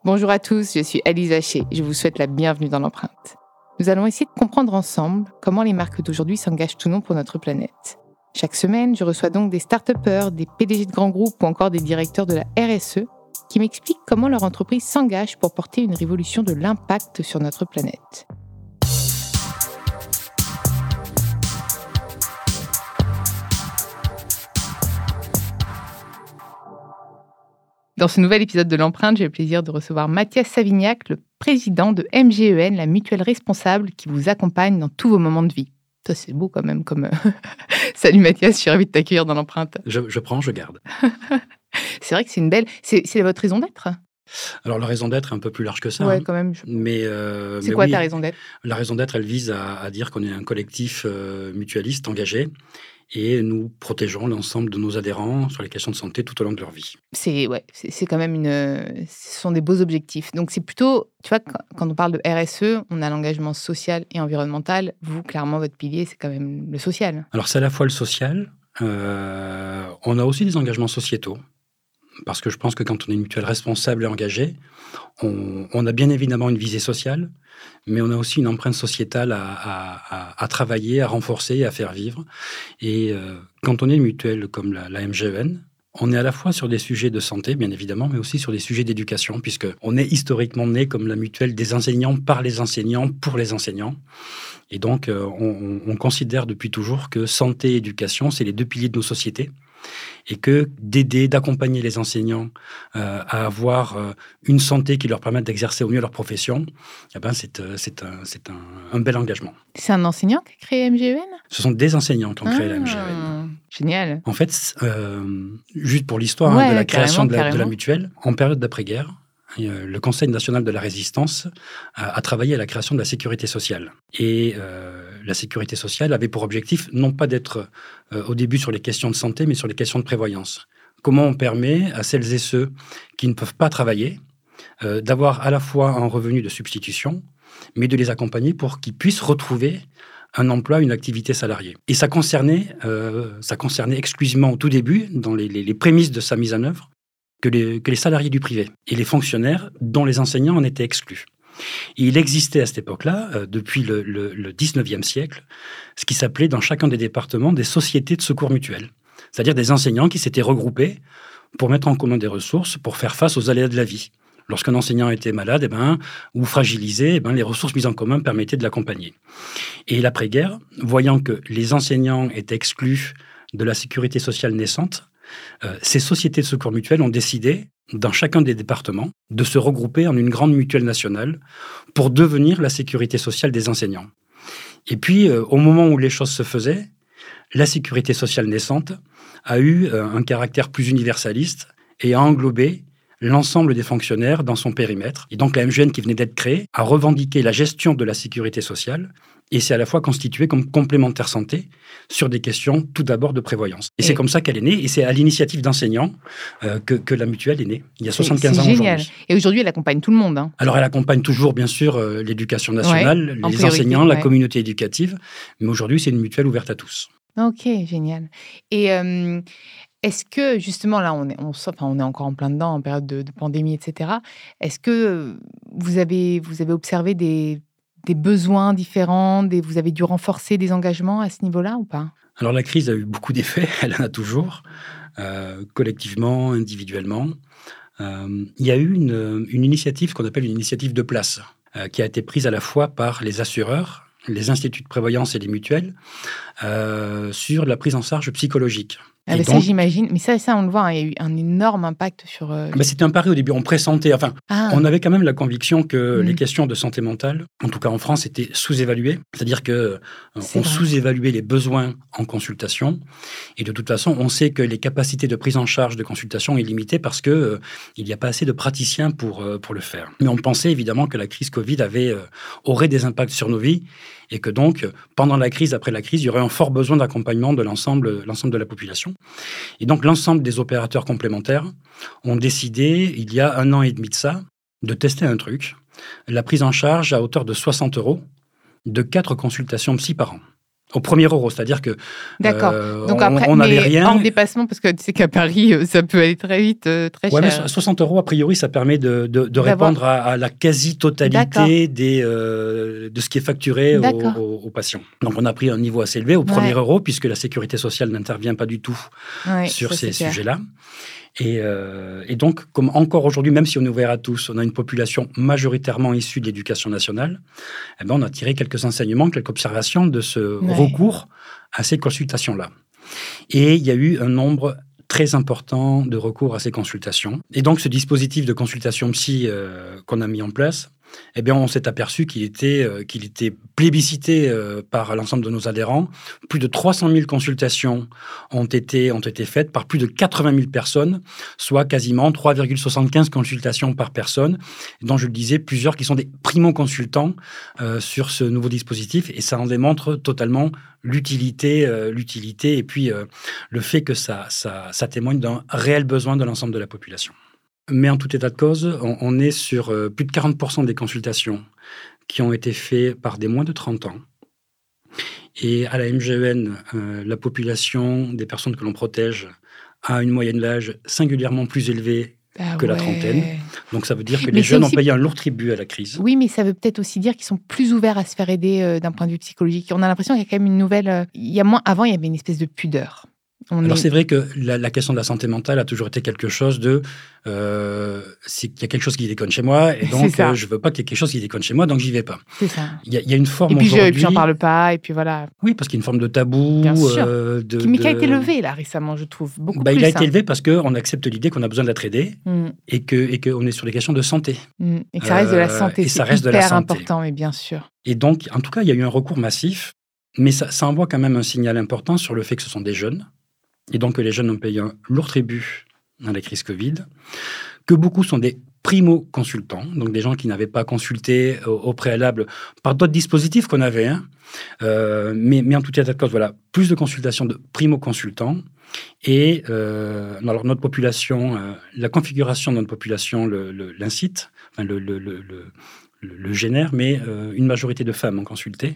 Bonjour à tous, je suis Alice Haché. Je vous souhaite la bienvenue dans l'empreinte. Nous allons essayer de comprendre ensemble comment les marques d'aujourd'hui s'engagent ou non pour notre planète. Chaque semaine, je reçois donc des start-upers, des PDG de grands groupes ou encore des directeurs de la RSE qui m'expliquent comment leur entreprise s'engage pour porter une révolution de l'impact sur notre planète. Dans ce nouvel épisode de l'Empreinte, j'ai le plaisir de recevoir Mathias Savignac, le président de MGEN, la mutuelle responsable qui vous accompagne dans tous vos moments de vie. Ça, c'est beau quand même comme... Salut Mathias, je suis ravie de t'accueillir dans l'Empreinte. Je prends, je garde. C'est vrai que c'est une belle... C'est votre raison d'être ? Alors, la raison d'être est un peu plus large que ça. Ouais, quand même. C'est quoi ta raison d'être ? La raison d'être, elle vise à dire qu'on est un collectif mutualiste engagé et nous protégeons l'ensemble de nos adhérents sur les questions de santé tout au long de leur vie. C'est quand même ce sont des beaux objectifs. Donc, c'est plutôt, tu vois, quand on parle de RSE, on a l'engagement social et environnemental. Vous, clairement, votre pilier, c'est quand même le social. Alors, c'est à la fois le social. On a aussi des engagements sociétaux. Parce que je pense que quand on est une mutuelle responsable et engagée, on a bien évidemment une visée sociale, mais on a aussi une empreinte sociétale à travailler, à renforcer, à faire vivre. Et quand on est une mutuelle comme la MGEN, on est à la fois sur des sujets de santé, bien évidemment, mais aussi sur des sujets d'éducation, puisqu'on est historiquement né comme la mutuelle des enseignants, par les enseignants, pour les enseignants. Et donc, on considère depuis toujours que santé et éducation, c'est les deux piliers de nos sociétés. Et que d'aider, d'accompagner les enseignants à avoir une santé qui leur permette d'exercer au mieux leur profession, eh ben c'est un bel engagement. C'est un enseignant qui a créé MGEN ? Ce sont des enseignants qui ont créé la MGEN. Génial. En fait, juste pour l'histoire de la création de la mutuelle, en période d'après-guerre, le Conseil national de la résistance a travaillé à la création de la sécurité sociale. Et la sécurité sociale avait pour objectif non pas d'être au début sur les questions de santé, mais sur les questions de prévoyance. Comment on permet à celles et ceux qui ne peuvent pas travailler d'avoir à la fois un revenu de substitution, mais de les accompagner pour qu'ils puissent retrouver un emploi, une activité salariée. Et ça concernait exclusivement au tout début, dans les prémices de sa mise en œuvre, que les salariés du privé et les fonctionnaires dont les enseignants en étaient exclus. Et il existait à cette époque-là, depuis le 19e siècle, ce qui s'appelait dans chacun des départements des sociétés de secours mutuels, c'est-à-dire des enseignants qui s'étaient regroupés pour mettre en commun des ressources pour faire face aux aléas de la vie. Lorsqu'un enseignant était malade ou fragilisé, les ressources mises en commun permettaient de l'accompagner. Et l'après-guerre, voyant que les enseignants étaient exclus de la sécurité sociale naissante, ces sociétés de secours mutuels ont décidé, dans chacun des départements, de se regrouper en une grande mutuelle nationale pour devenir la sécurité sociale des enseignants. Et puis, au moment où les choses se faisaient, la sécurité sociale naissante a eu un caractère plus universaliste et a englobé l'ensemble des fonctionnaires dans son périmètre. Et donc, la MGEN qui venait d'être créée a revendiqué la gestion de la sécurité sociale et c'est à la fois constituée comme complémentaire santé sur des questions tout d'abord de prévoyance. Et c'est comme ça qu'elle est née et c'est à l'initiative d'enseignants que la mutuelle est née, il y a 75 ans génial. aujourd'hui. Et aujourd'hui, elle accompagne tout le monde. Hein. Alors, elle accompagne toujours, bien sûr, l'éducation nationale, les enseignants, la communauté éducative, mais aujourd'hui, c'est une mutuelle ouverte à tous. Ok, génial. Et est-ce que, justement, là, on est encore en plein dedans, en période de pandémie, etc. Est-ce que vous avez observé des besoins différents, vous avez dû renforcer des engagements à ce niveau-là ou pas ? Alors, la crise a eu beaucoup d'effets, elle en a toujours, collectivement, individuellement. Il y a eu une initiative qu'on appelle une initiative de place, qui a été prise à la fois par les assureurs, les instituts de prévoyance et les mutuelles, sur la prise en charge psychologique. Ah bah ça, j'imagine. Mais ça, on le voit, il y a eu un énorme impact sur... C'était un pari au début. On pressentait... on avait quand même la conviction que les questions de santé mentale, en tout cas en France, étaient sous-évaluées. C'est-à-dire qu'on sous-évaluait les besoins en consultation. Et de toute façon, on sait que les capacités de prise en charge de consultation sont limitées parce qu'il n'y a pas assez de praticiens pour le faire. Mais on pensait évidemment que la crise Covid aurait des impacts sur nos vies et que donc, pendant la crise, après la crise, il y aurait un fort besoin d'accompagnement de l'ensemble de la population. Et donc, l'ensemble des opérateurs complémentaires ont décidé, il y a 1 an et demi de ça, de tester un truc, la prise en charge à hauteur de 60 € de 4 consultations psy par an. Au premier euro, c'est-à-dire que Donc après, on n'avait rien. En dépassement, parce que tu sais qu'à Paris, ça peut aller très vite, très cher. Mais 60 euros, a priori, ça permet de répondre à la quasi-totalité de ce qui est facturé aux patients. Donc, on a pris un niveau assez élevé au premier euro, puisque la sécurité sociale n'intervient pas du tout sur ces sujets-là. Et donc, comme encore aujourd'hui, même si on est ouvert à tous, on a une population majoritairement issue de l'éducation nationale, on a tiré quelques enseignements, quelques observations de ce recours à ces consultations-là. Et il y a eu un nombre très important de recours à ces consultations. Et donc, ce dispositif de consultation psy qu'on a mis en place, on s'est aperçu qu'il était plébiscité par l'ensemble de nos adhérents. Plus de 300 000 consultations ont été faites par plus de 80 000 personnes, soit quasiment 3,75 consultations par personne, dont, je le disais, plusieurs qui sont des primo-consultants sur ce nouveau dispositif. Et ça en démontre totalement l'utilité et puis le fait que ça témoigne d'un réel besoin de l'ensemble de la population. Mais en tout état de cause, on est sur plus de 40% des consultations qui ont été faites par des moins de 30 ans. Et à la MGEN, la population des personnes que l'on protège a une moyenne d'âge singulièrement plus élevée que la trentaine. Donc ça veut dire que les jeunes ont payé un lourd tribut à la crise. Oui, mais ça veut peut-être aussi dire qu'ils sont plus ouverts à se faire aider d'un point de vue psychologique. On a l'impression qu'il y a quand même une nouvelle... Avant, il y avait une espèce de pudeur. C'est vrai que la question de la santé mentale a toujours été quelque chose de... c'est qu'il y a quelque chose qui déconne chez moi, et donc je ne veux pas qu'il y ait quelque chose qui déconne chez moi, donc j'y vais pas. C'est ça. Il y a une forme aujourd'hui... Et puis j'en parle pas, et puis voilà. Oui, parce qu'il y a une forme de tabou. Bien sûr. Mais qui a été levé, là, récemment, je trouve. Beaucoup plus. Il a été élevé parce qu'on accepte l'idée qu'on a besoin d'être aidé, et qu'on est sur des questions de santé. Et que ça reste de la santé. Et ça c'est reste de la santé. Important, mais bien sûr. Et donc, en tout cas, il y a eu un recours massif, mais ça envoie quand même un signal important sur le fait que ce sont des jeunes, et donc que les jeunes ont payé un lourd tribut dans la crise Covid, que beaucoup sont des primo-consultants, donc des gens qui n'avaient pas consulté au préalable par d'autres dispositifs qu'on avait, mais en tout état de cause, voilà, plus de consultations de primo-consultants, et alors notre population, la configuration de notre population l'incite, le génère, mais une majorité de femmes ont consulté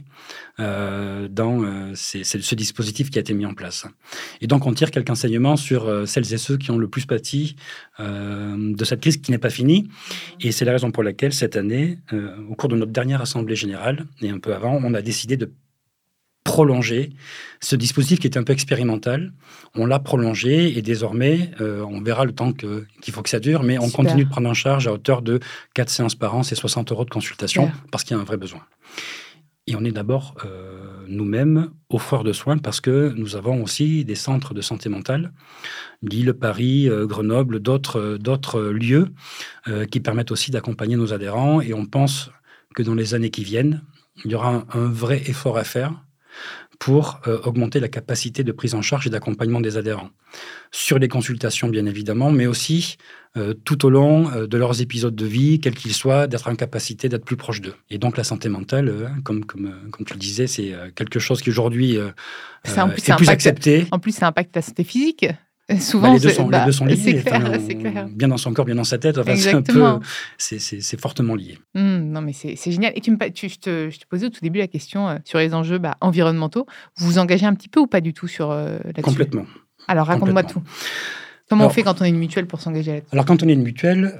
dans ce dispositif qui a été mis en place. Et donc, on tire quelques enseignements sur celles et ceux qui ont le plus pâti de cette crise qui n'est pas finie. Et c'est la raison pour laquelle, cette année, au cours de notre dernière Assemblée générale, et un peu avant, on a décidé de prolonger ce dispositif qui était un peu expérimental. On l'a prolongé et désormais, on verra le temps qu'il faut que ça dure, mais on continue de prendre en charge à hauteur de 4 séances par an, c'est 60 € de consultation, parce qu'il y a un vrai besoin. Et on est d'abord nous-mêmes offreurs de soins parce que nous avons aussi des centres de santé mentale, Lille, Paris, Grenoble, d'autres lieux qui permettent aussi d'accompagner nos adhérents. Et on pense que dans les années qui viennent, il y aura un vrai effort à faire pour augmenter la capacité de prise en charge et d'accompagnement des adhérents. Sur les consultations, bien évidemment, mais aussi tout au long de leurs épisodes de vie, quels qu'ils soient, d'être en capacité d'être plus proche d'eux. Et donc la santé mentale, comme tu le disais, c'est quelque chose qui aujourd'hui est plus accepté. En plus, ça impacte la santé physique. Souvent, les deux sont liés. C'est clair. Bien dans son corps, bien dans sa tête. Enfin, c'est fortement lié. Non, mais c'est génial. Et je te posais au tout début la question sur les enjeux environnementaux. Vous vous engagez un petit peu ou pas du tout là-dessus ? Complètement. Alors, raconte-moi tout. Comment on fait quand on est une mutuelle pour s'engager là-dessus ? Alors, quand on est une mutuelle,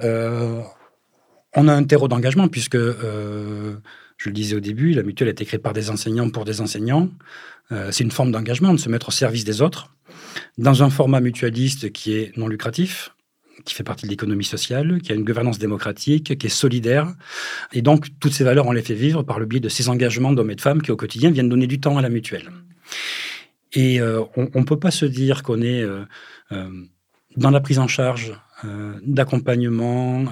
on a un terreau d'engagement puisque, je le disais au début, la mutuelle a été créée par des enseignants pour des enseignants. C'est une forme d'engagement, de se mettre au service des autres, dans un format mutualiste qui est non lucratif, qui fait partie de l'économie sociale, qui a une gouvernance démocratique, qui est solidaire. Et donc, toutes ces valeurs, on les fait vivre par le biais de ces engagements d'hommes et de femmes qui, au quotidien, viennent donner du temps à la mutuelle. Et on ne peut pas se dire qu'on est dans la prise en charge d'accompagnement,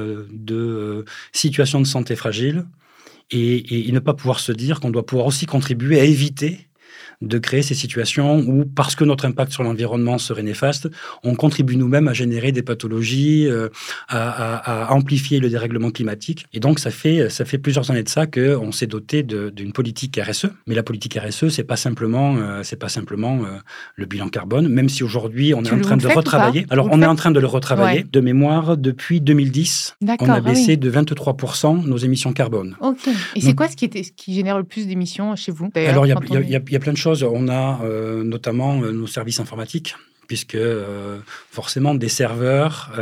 de situations de santé fragiles, et ne pas pouvoir se dire qu'on doit pouvoir aussi contribuer à éviter de créer ces situations où, parce que notre impact sur l'environnement serait néfaste, on contribue nous-mêmes à générer des pathologies, à amplifier le dérèglement climatique. Et donc, ça fait plusieurs années de ça qu'on s'est doté d'une politique RSE. Mais la politique RSE, c'est pas simplement le bilan carbone, même si aujourd'hui, on est en train de retravailler. Alors, on est en train de le retravailler. De mémoire, depuis 2010, on a baissé de 23% nos émissions carbone. Ok. Et c'est quoi ce qui génère le plus d'émissions chez vous ? Alors, il y a plein de choses. On a notamment nos services informatiques, puisque forcément des serveurs,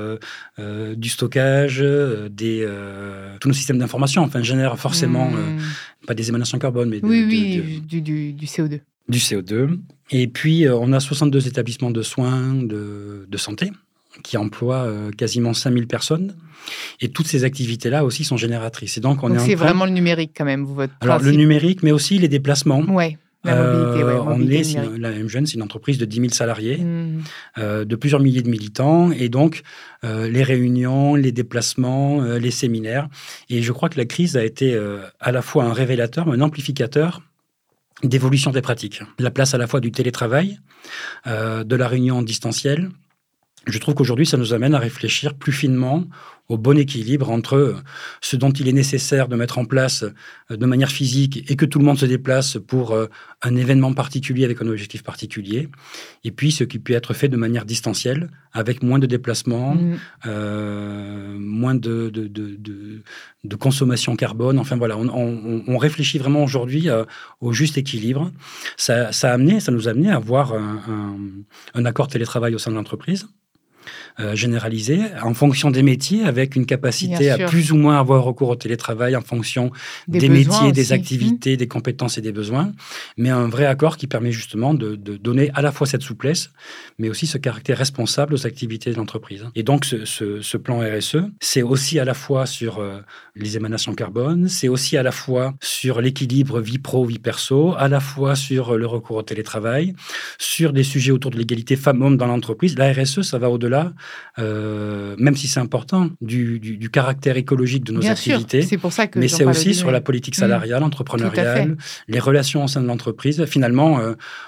du stockage, tous nos systèmes d'information génèrent forcément, pas des émanations carbone, mais du CO2. Du CO2. Et puis, on a 62 établissements de soins de santé qui emploient quasiment 5000 personnes. Et toutes ces activités-là aussi sont génératrices. Et donc c'est vraiment le numérique quand même, votre Alors, principe. le numérique, mais aussi les déplacements. Oui, la mobilité. La MGen, c'est une entreprise de 10 000 salariés, de plusieurs milliers de militants. Et donc, les réunions, les déplacements, les séminaires. Et je crois que la crise a été à la fois un révélateur, un amplificateur d'évolution des pratiques. La place à la fois du télétravail, de la réunion en distanciel. Je trouve qu'aujourd'hui, ça nous amène à réfléchir plus finement au bon équilibre entre ce dont il est nécessaire de mettre en place de manière physique et que tout le monde se déplace pour un événement particulier avec un objectif particulier, et puis ce qui peut être fait de manière distancielle, avec moins de déplacements, moins de consommation carbone. Enfin voilà, on réfléchit vraiment aujourd'hui au juste équilibre. Ça nous a amené à avoir un accord télétravail au sein de l'entreprise, généralisé en fonction des métiers, avec une capacité à plus ou moins avoir recours au télétravail en fonction des métiers, des activités, des compétences et des besoins, mais un vrai accord qui permet justement de donner à la fois cette souplesse, mais aussi ce caractère responsable aux activités de l'entreprise. Et donc ce plan RSE, c'est aussi à la fois sur les émanations carbone, c'est aussi à la fois sur l'équilibre vie pro, vie perso, à la fois sur le recours au télétravail, sur des sujets autour de l'égalité femmes-hommes dans l'entreprise. La RSE, ça va au-delà, même si c'est important, du caractère écologique de nos activités. C'est pour ça que mais c'est aussi sur la politique salariale, entrepreneuriale, les relations au sein de l'entreprise. Finalement,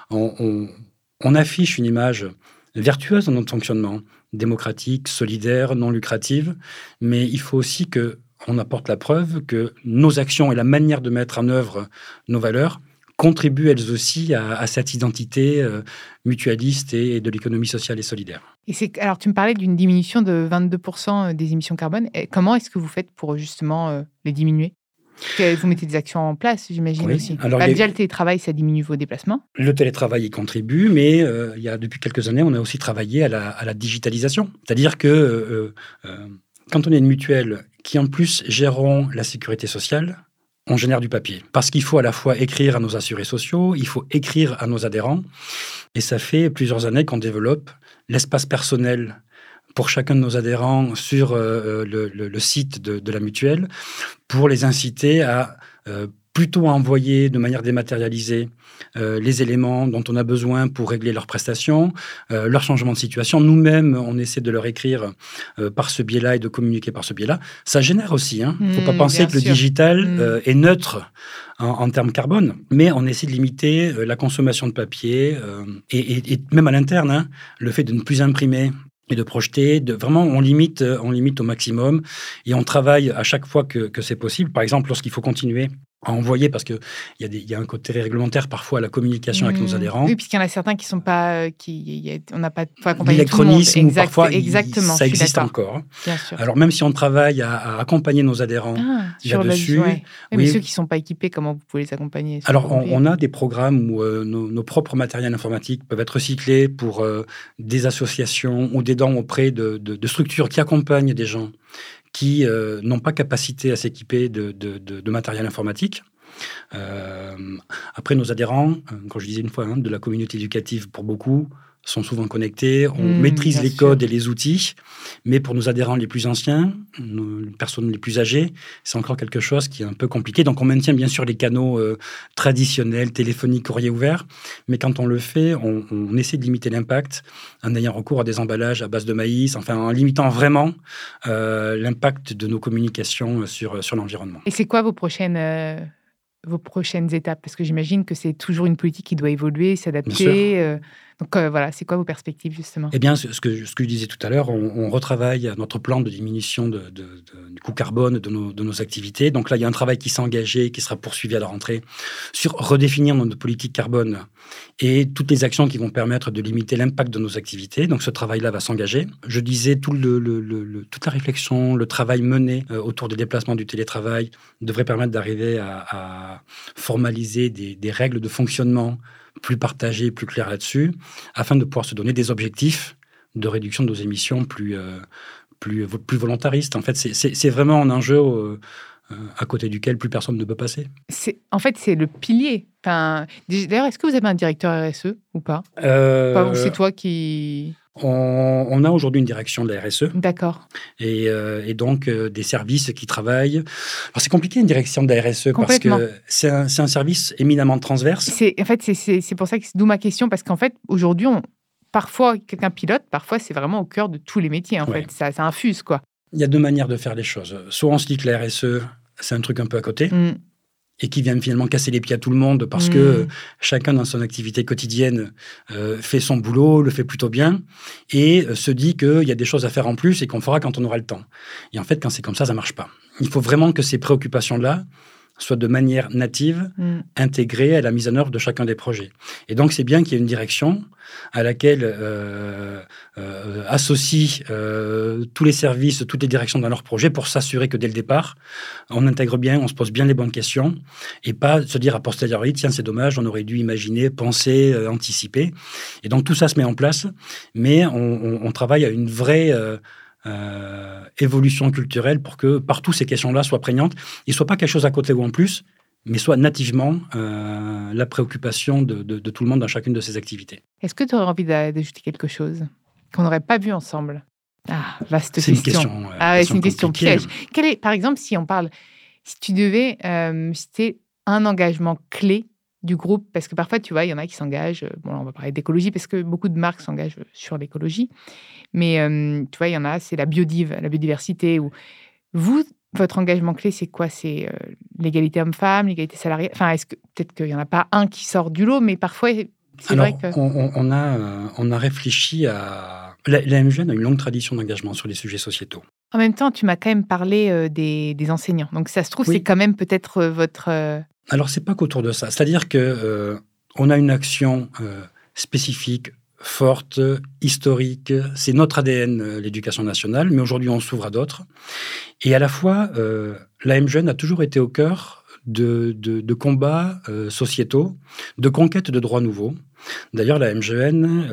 on affiche une image vertueuse dans notre fonctionnement, démocratique, solidaire, non lucrative, mais il faut aussi qu'on apporte la preuve que nos actions et la manière de mettre en œuvre nos valeurs contribuent elles aussi à cette identité mutualiste et de l'économie sociale et solidaire. Alors, tu me parlais d'une diminution de 22% des émissions carbone. Comment est-ce que vous faites pour justement les diminuer ? Vous mettez des actions en place, j'imagine aussi. Alors, déjà, le télétravail, ça diminue vos déplacements. Le télétravail y contribue, mais depuis quelques années, on a aussi travaillé à la digitalisation. C'est-à-dire que quand on est une mutuelle qui, en plus, gérons la sécurité sociale, on génère du papier. Parce qu'il faut à la fois écrire à nos assurés sociaux, il faut écrire à nos adhérents. Et ça fait plusieurs années qu'on développe l'espace personnel pour chacun de nos adhérents sur le site de la mutuelle, pour les inciter à plutôt envoyer de manière dématérialisée les éléments dont on a besoin pour régler leurs prestations, leur changement de situation. Nous-mêmes, on essaie de leur écrire par ce biais-là et de communiquer par ce biais-là. Ça génère aussi. Il ne faut pas penser que le digital est neutre en termes carbone, mais on essaie de limiter la consommation de papier et même à l'interne, le fait de ne plus imprimer et de projeter, vraiment, on limite au maximum et on travaille à chaque fois que c'est possible. Par exemple, lorsqu'il faut continuer à envoyer, parce qu'il y a un côté réglementaire parfois à la communication avec nos adhérents. Oui, puisqu'il y en a certains qui sont pas... on n'a pas accompagné tout le monde. L'électronisme, parfois, exactement, ça existe encore. Bien sûr. Alors, même si on travaille à accompagner nos adhérents là-dessus... Mais ceux qui ne sont pas équipés, comment vous pouvez les accompagner ? Alors, on a des programmes où nos propres matériels informatiques peuvent être recyclés pour des associations ou des dons auprès de structures qui accompagnent des gens qui n'ont pas capacité à s'équiper de matériel informatique. Après, nos adhérents, quand je disais une fois, de la communauté éducative pour beaucoup, sont souvent connectés, on maîtrise les codes et les outils, mais pour nos adhérents les plus anciens, les personnes les plus âgées, c'est encore quelque chose qui est un peu compliqué. Donc on maintient bien sûr les canaux traditionnels, téléphoniques, courrier ouvert, mais quand on le fait, on essaie de limiter l'impact en ayant recours à des emballages à base de maïs, enfin en limitant vraiment l'impact de nos communications sur l'environnement. Et c'est quoi vos prochaines étapes ? Parce que j'imagine que c'est toujours une politique qui doit évoluer, s'adapter. Donc voilà, c'est quoi vos perspectives justement ? Eh bien, ce que je disais tout à l'heure, on retravaille notre plan de diminution du coût carbone de nos activités. Donc là, il y a un travail qui s'est engagé, qui sera poursuivi à la rentrée, sur redéfinir notre politique carbone et toutes les actions qui vont permettre de limiter l'impact de nos activités. Donc ce travail-là va s'engager. Je disais, toute la réflexion, le travail mené autour des déplacements du télétravail devrait permettre d'arriver à formaliser des règles de fonctionnement plus partagées, plus claires là-dessus, afin de pouvoir se donner des objectifs de réduction de nos émissions plus volontaristes. En fait, c'est vraiment un enjeu à côté duquel plus personne ne peut passer. En fait, c'est le pilier. Enfin, d'ailleurs, est-ce que vous avez un directeur RSE ou pas ? Ou c'est toi qui... On a aujourd'hui une direction de la RSE. D'accord. Et donc, des services qui travaillent. Alors, c'est compliqué, une direction de la RSE, parce que c'est un service éminemment transverse. En fait, c'est pour ça que d'où ma question, parce qu'en fait, aujourd'hui, parfois, quelqu'un pilote, parfois, c'est vraiment au cœur de tous les métiers, en fait. Ça infuse, quoi. Il y a deux manières de faire les choses. Soit on se dit que la RSE, c'est un truc un peu à côté, et qui vient finalement casser les pieds à tout le monde parce que chacun dans son activité quotidienne fait son boulot, le fait plutôt bien, et se dit qu'il y a des choses à faire en plus et qu'on fera quand on aura le temps. Et en fait, quand c'est comme ça ne marche pas. Il faut vraiment que ces préoccupations-là soient de manière native, intégrées à la mise en œuvre de chacun des projets. Et donc, c'est bien qu'il y ait une direction à laquelle associent tous les services, toutes les directions dans leur projet pour s'assurer que dès le départ, on intègre bien, on se pose bien les bonnes questions et pas se dire a posteriori, tiens, c'est dommage, on aurait dû imaginer, penser, anticiper. Et donc, tout ça se met en place, mais on travaille à une vraie... évolution culturelle pour que partout ces questions-là soient prégnantes et ne soient pas quelque chose à côté ou en plus, mais soit nativement la préoccupation de tout le monde dans chacune de ces activités. Est-ce que tu aurais envie d'ajouter quelque chose qu'on n'aurait pas vu ensemble ? Ah, vaste question. C'est une question piège. Par exemple, si tu devais citer un engagement clé du groupe, parce que parfois, tu vois, il y en a qui s'engagent, on va parler d'écologie, parce que beaucoup de marques s'engagent sur l'écologie, mais tu vois, il y en a, c'est la biodiversité. Vous, votre engagement clé, c'est quoi ? C'est l'égalité homme-femme, l'égalité salariale ? Enfin, est-ce que peut-être qu'il n'y en a pas un qui sort du lot, mais parfois, c'est vrai que... On a réfléchi à... La MGN a une longue tradition d'engagement sur les sujets sociétaux. En même temps, tu m'as quand même parlé des enseignants. Donc, ça se trouve, c'est quand même peut-être votre... Alors, c'est pas qu'autour de ça. C'est-à-dire que on a une action spécifique, forte, historique. C'est notre ADN, l'éducation nationale, mais aujourd'hui, on s'ouvre à d'autres. Et à la fois, la MGN a toujours été au cœur de combats sociétaux, de conquête de droits nouveaux. D'ailleurs, la MGN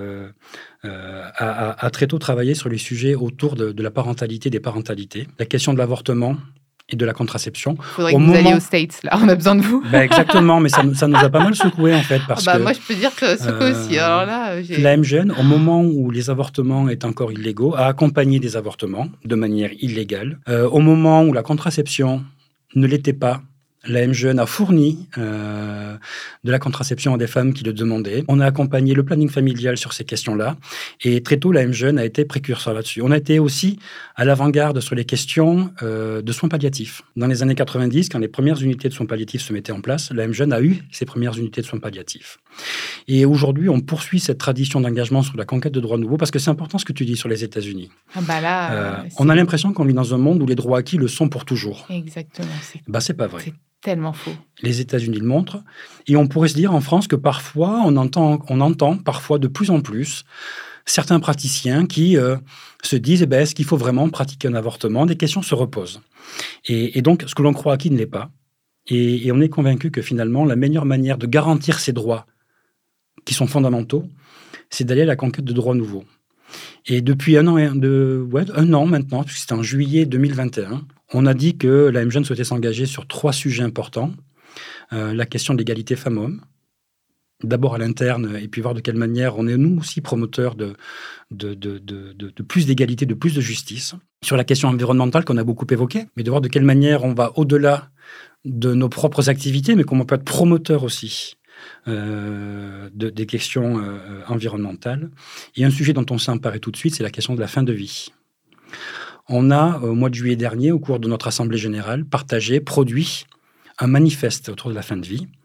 a très tôt travaillé sur les sujets autour de la parentalité, des parentalités, la question de l'avortement et de la contraception. Il faudrait que vous alliez aux States, là, on a besoin de vous. Exactement, mais ça nous a pas mal secoué, en fait. Parce que, moi, je peux dire que ça secoue aussi. Alors là, la MGN, au moment où les avortements étaient encore illégaux, a accompagné des avortements de manière illégale. Au moment où la contraception ne l'était pas, la MGN a fourni de la contraception à des femmes qui le demandaient. On a accompagné le planning familial sur ces questions-là. Et très tôt, la MGN a été précurseur là-dessus. On a été aussi à l'avant-garde sur les questions de soins palliatifs. Dans les années 90, quand les premières unités de soins palliatifs se mettaient en place, la MGN a eu ses premières unités de soins palliatifs. Et aujourd'hui, on poursuit cette tradition d'engagement sur la conquête de droits nouveaux, parce que c'est important ce que tu dis sur les États-Unis. On a l'impression qu'on vit dans un monde où les droits acquis le sont pour toujours. Exactement. C'est pas vrai. C'est tellement faux. Les États-Unis le montrent. Et on pourrait se dire en France que parfois, on entend parfois de plus en plus certains praticiens qui se disent est-ce qu'il faut vraiment pratiquer un avortement ? Des questions se reposent. Et donc, ce que l'on croit acquis ne l'est pas. Et on est convaincu que finalement, la meilleure manière de garantir ces droits qui sont fondamentaux, c'est d'aller à la conquête de droits nouveaux. Et depuis un an maintenant, puisque c'était en juillet 2021, on a dit que la MGN souhaitait s'engager sur 3 sujets importants. La question de l'égalité femmes-hommes, d'abord à l'interne, et puis voir de quelle manière on est nous aussi promoteurs de plus d'égalité, de plus de justice. Sur la question environnementale qu'on a beaucoup évoquée, mais de voir de quelle manière on va au-delà de nos propres activités, mais comment on peut être promoteur aussi des questions environnementales. Et un sujet dont on s'est emparé tout de suite, c'est la question de la fin de vie. On a, au mois de juillet dernier, au cours de notre Assemblée générale, produit un manifeste autour de la fin de vie,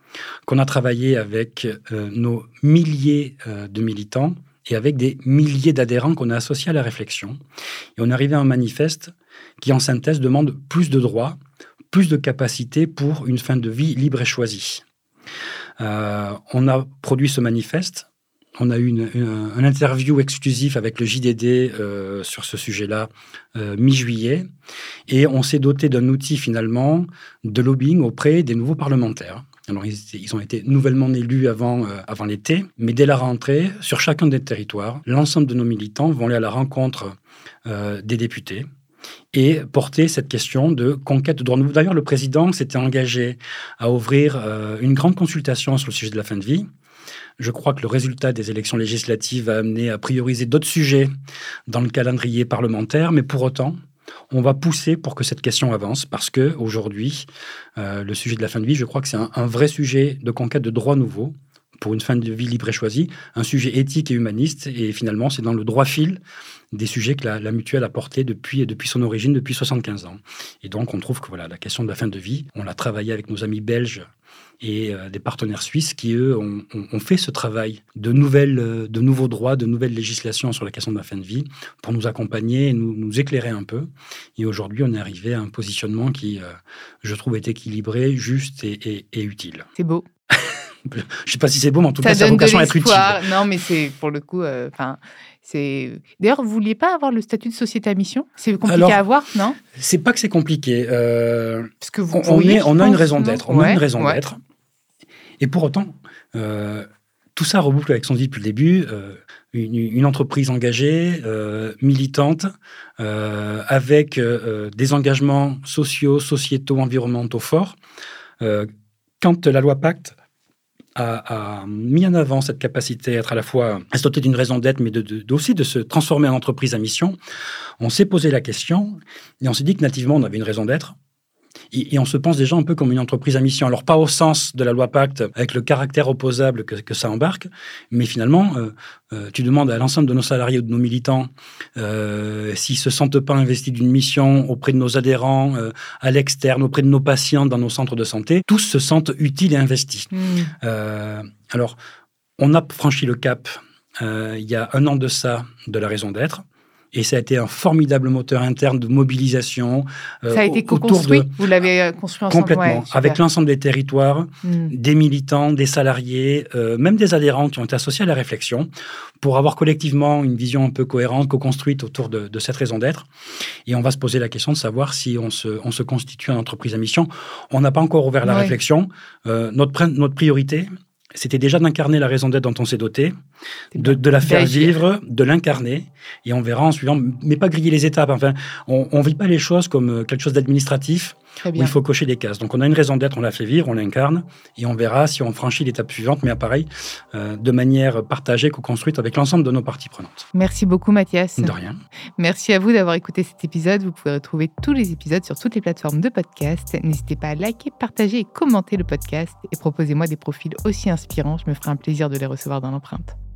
qu'on a travaillé avec nos milliers de militants et avec des milliers d'adhérents qu'on a associés à la réflexion. Et on est arrivé à un manifeste qui, en synthèse, demande plus de droits, plus de capacités pour une fin de vie libre et choisie. On a produit ce manifeste. On a eu un interview exclusif avec le JDD sur ce sujet-là mi-juillet. Et on s'est doté d'un outil, finalement, de lobbying auprès des nouveaux parlementaires. Alors, ils ont été nouvellement élus avant l'été, mais dès la rentrée, sur chacun des territoires, l'ensemble de nos militants vont aller à la rencontre des députés et porter cette question de conquête de droits nouveaux. D'ailleurs, le président s'était engagé à ouvrir une grande consultation sur le sujet de la fin de vie. Je crois que le résultat des élections législatives va amener à prioriser d'autres sujets dans le calendrier parlementaire, mais pour autant, on va pousser pour que cette question avance parce qu'aujourd'hui, le sujet de la fin de vie, je crois que c'est un vrai sujet de conquête de droits nouveaux pour une fin de vie libre et choisie, un sujet éthique et humaniste. Et finalement, c'est dans le droit fil des sujets que la Mutuelle a portés depuis son origine, depuis 75 ans. Et donc, on trouve que la question de la fin de vie, on l'a travaillé avec nos amis belges et des partenaires suisses qui, eux, ont fait ce travail de nouveaux droits, de nouvelles législations sur la question de la fin de vie pour nous accompagner et nous éclairer un peu. Et aujourd'hui, on est arrivé à un positionnement qui, je trouve, est équilibré, juste et utile. C'est beau. Je ne sais pas si c'est beau, mais en tout cas, ça a vocation à être utile. Non, mais c'est pour le coup... D'ailleurs, vous ne vouliez pas avoir le statut de société à mission ? C'est compliqué à avoir, non ? C'est pas que c'est compliqué. Parce que on a une raison d'être. On a une raison d'être. Et pour autant, tout ça reboucle avec son dit depuis le début. Une entreprise engagée, militante, avec des engagements sociaux, sociétaux, environnementaux forts. Quand la loi Pacte a mis en avant cette capacité à être à la fois à se doter d'une raison d'être, mais aussi de se transformer en entreprise à mission, on s'est posé la question et on s'est dit que nativement, on avait une raison d'être. Et on se pense déjà un peu comme une entreprise à mission. Alors, pas au sens de la loi Pacte, avec le caractère opposable que ça embarque, mais finalement, tu demandes à l'ensemble de nos salariés ou de nos militants s'ils ne se sentent pas investis d'une mission auprès de nos adhérents, à l'externe, auprès de nos patients dans nos centres de santé. Tous se sentent utiles et investis. Alors, on a franchi le cap il y a 1 an de ça, de la raison d'être. Et ça a été un formidable moteur interne de mobilisation. Ça a été co-construit. Vous l'avez construit ensemble. Complètement. Avec l'ensemble des territoires, des militants, des salariés, même des adhérents qui ont été associés à la réflexion, pour avoir collectivement une vision un peu cohérente, co-construite autour de cette raison d'être. Et on va se poser la question de savoir si on se constitue en entreprise à mission. On n'a pas encore ouvert la réflexion. Notre priorité, c'était déjà d'incarner la raison d'être dont on s'est doté, de la faire vivre, de l'incarner, et on verra en suivant, mais pas griller les étapes. Enfin, on ne vit pas les choses comme quelque chose d'administratif, où il faut cocher des cases. Donc on a une raison d'être, on la fait vivre, on l'incarne, et on verra si on franchit l'étape suivante, mais pareil, de manière partagée, co-construite avec l'ensemble de nos parties prenantes. Merci beaucoup Mathias. De rien. Merci à vous d'avoir écouté cet épisode. Vous pouvez retrouver tous les épisodes sur toutes les plateformes de podcast. N'hésitez pas à liker, partager et commenter le podcast, et proposez-moi des profils aussi inspirants. Je me ferai un plaisir de les recevoir dans l'empreinte.